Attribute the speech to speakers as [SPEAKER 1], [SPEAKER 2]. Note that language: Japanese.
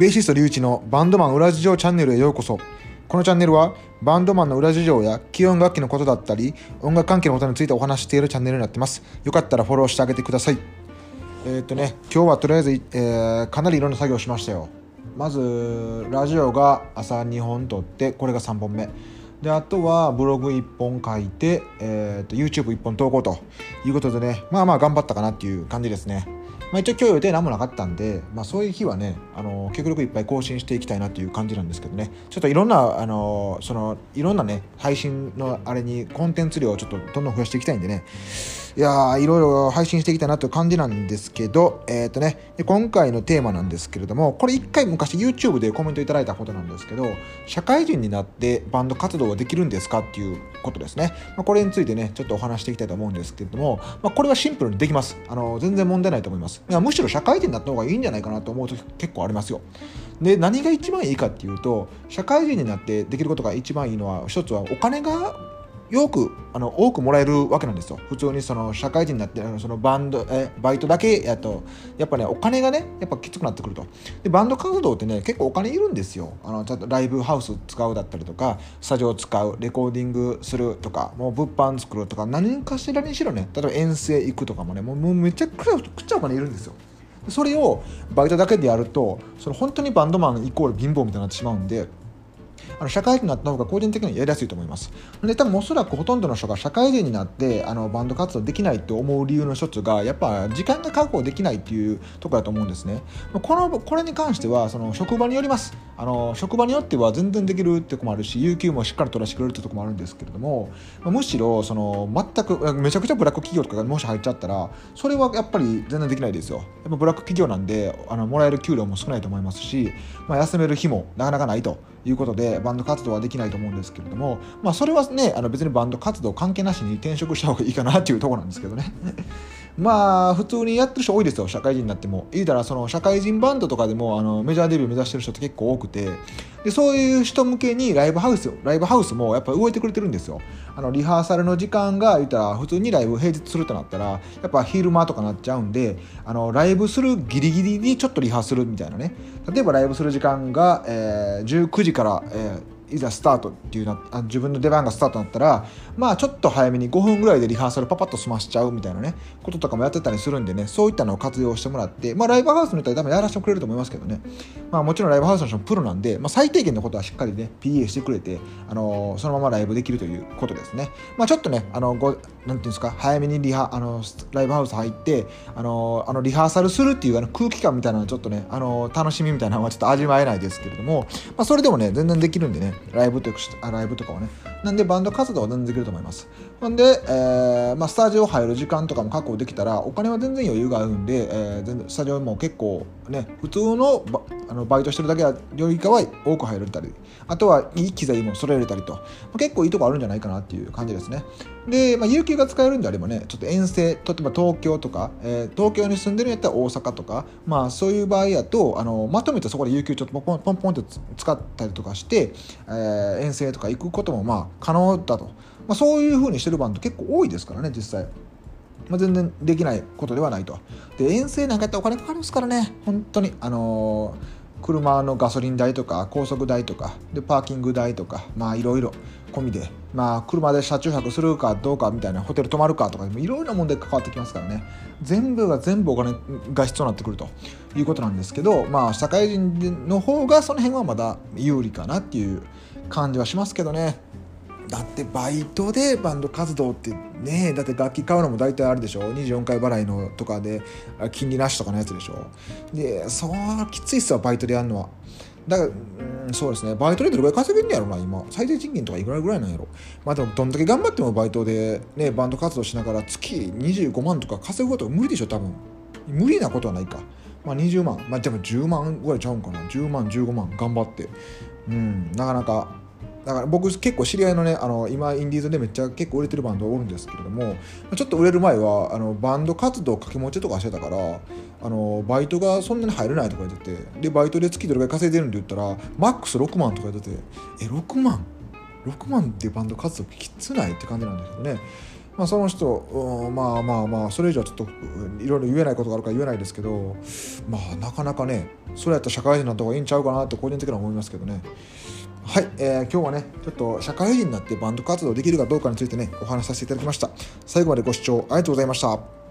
[SPEAKER 1] ベーシスト龍一のバンドマン裏事情チャンネルへようこそ。このチャンネルはバンドマンの裏事情や基本楽器のことだったり音楽関係のことについてお話ししているチャンネルになっています。よかったらフォローしてあげてください。今日はとりあえず、かなりいろんな作業をしましたよ。まずラジオが朝2本撮って、これが3本目で、あとはブログ1本書いて、YouTube1 本投稿ということでね、まあ頑張ったかなっていう感じですね。一応今日予定何もなかったんで、そういう日はね、極力いっぱい更新していきたいなという感じなんですけどね、ちょっといろんなね配信のあれにコンテンツ量をちょっとどんどん増やしていきたいんでね、いろいろ配信していきたいなという感じなんですけど、で今回のテーマなんですけれども、これ一回昔 YouTube でコメントいただいたことなんですけど、社会人になってバンド活動はできるんですかっていうことですね。これについてねちょっとお話していきたいと思うんですけれども、これはシンプルにできます。全然問題ないと思います。むしろ社会人になった方がいいんじゃないかなと思うと結構ありますよ。で、何が一番いいかっていうと、社会人になってできることが一番いいのは、一つはお金が多くもらえるわけなんですよ。普通にその社会人になってそのバイトだけやとやっぱねお金がねやっぱきつくなってくると。でバンド活動ってね結構お金いるんですよ。ちゃんとライブハウス使うだったりとか、スタジオを使う、レコーディングするとか、もう物販作るとか、何かしらにしろね、例えば遠征行くとかもね、もうめちゃくちゃお金いるんですよ。それをバイトだけでやると、本当にバンドマンイコール貧乏みたいになってしまうんで、社会人になった方が個人的にはやりやすいと思います。で、多分おそらくほとんどの人が社会人になってバンド活動できないと思う理由の一つが、やっぱ時間が確保できないっていうところだと思うんですね。これに関しては職場によります。職場によっては全然できるってとこもあるし、有給もしっかり取らせてくれるってとこもあるんですけれども、むしろ全くめちゃくちゃブラック企業とかがもし入っちゃったら、それはやっぱり全然できないですよ。やっぱブラック企業なんでもらえる給料も少ないと思いますし、休める日もなかなかないということでバンド活動はできないと思うんですけれども、それはね別にバンド活動関係なしに転職した方がいいかなっていうところなんですけどね普通にやってる人多いですよ。社会人になっても言うたら社会人バンドとかでもメジャーデビュー目指してる人って結構多くて、でそういう人向けにライブハウスもやっぱ動いてくれてるんですよ。リハーサルの時間が言うたら普通にライブ平日するとなったらやっぱ昼間とかなっちゃうんで、ライブするギリギリにちょっとリハするみたいなね。例えばライブする時間が、19時から、いざスタートっていう自分の出番がスタートになったら、ちょっと早めに5分ぐらいでリハーサルパパッと済ましちゃうみたいなねこととかもやってたりするんでね、そういったのを活用してもらって、ライブハウスの人は多分やらせてくれると思いますけどね。もちろんライブハウスの人もプロなんで、最低限のことはしっかりね PA してくれて、そのままライブできるということですね。ちょっとねなんていうんですか、早めにライブハウス入ってリハーサルするっていう空気感みたいなのちょっとね楽しみみたいなのはちょっと味わえないですけれども、それでもね全然できるんでね、ライブとかはね、なんでバンド活動は全然できると思います。ほんで、スタジオ入る時間とかも確保できたらお金は全然余裕があるんで、全然スタジオも結構ね普通のバイトしてるだけよりかは多く入れたり、あとはいい機材も揃えれたりと、結構いいとこあるんじゃないかなっていう感じですね。で、有給が使えるんであればね、ちょっと遠征、例えば東京とか、東京に住んでるんやったら大阪とか、そういう場合やとまとめてそこで有給ちょっとポンポンと使ったりとかして、遠征とか行くことも可能だと、そういう風にしてるバンド結構多いですからね実際。全然できないことではないと。で遠征なんかやったらお金かかりますからね、本当に車のガソリン代とか高速代とかでパーキング代とかいろいろ込みで、車で車中泊するかどうかみたいな、ホテル泊まるかとかいろいろな問題が関わってきますからね、全部お金が必要になってくるということなんですけど、社会人の方がその辺はまだ有利かなっていう感じはしますけどね。だってバイトでバンド活動ってね、だって楽器買うのも大体あるでしょ、24回払いのとかで金利なしとかのやつでしょ。でそうきついっすわバイトでやるのは。だからそうですね、バイトでどれぐらい稼げんねやろな今。最低賃金とかいくらぐらいなんやろ。でもどんだけ頑張ってもバイトでねバンド活動しながら月25万とか稼ぐことは無理でしょ多分。無理なことはないか。20万でも10万ぐらいちゃうんかな。10万15万頑張ってなかなか。だから僕結構知り合いのね今インディーズでめっちゃ結構売れてるバンドがおるんですけれども、ちょっと売れる前はバンド活動掛け持ちとかしてたからバイトがそんなに入れないとか言ってて、でバイトで月どれぐらい稼いでるんで言ったらマックス6万とか言ってて、6万でバンド活動きつないって感じなんですけどね。 その人、それ以上はちょっといろいろ言えないことがあるから言えないですけど、なかなかね、それやったら社会人になった方がいいんちゃうかなって個人的には思いますけどね。はい、今日はね、ちょっと社会人になってバンド活動できるかどうかについてね、お話しさせていただきました。最後までご視聴ありがとうございました。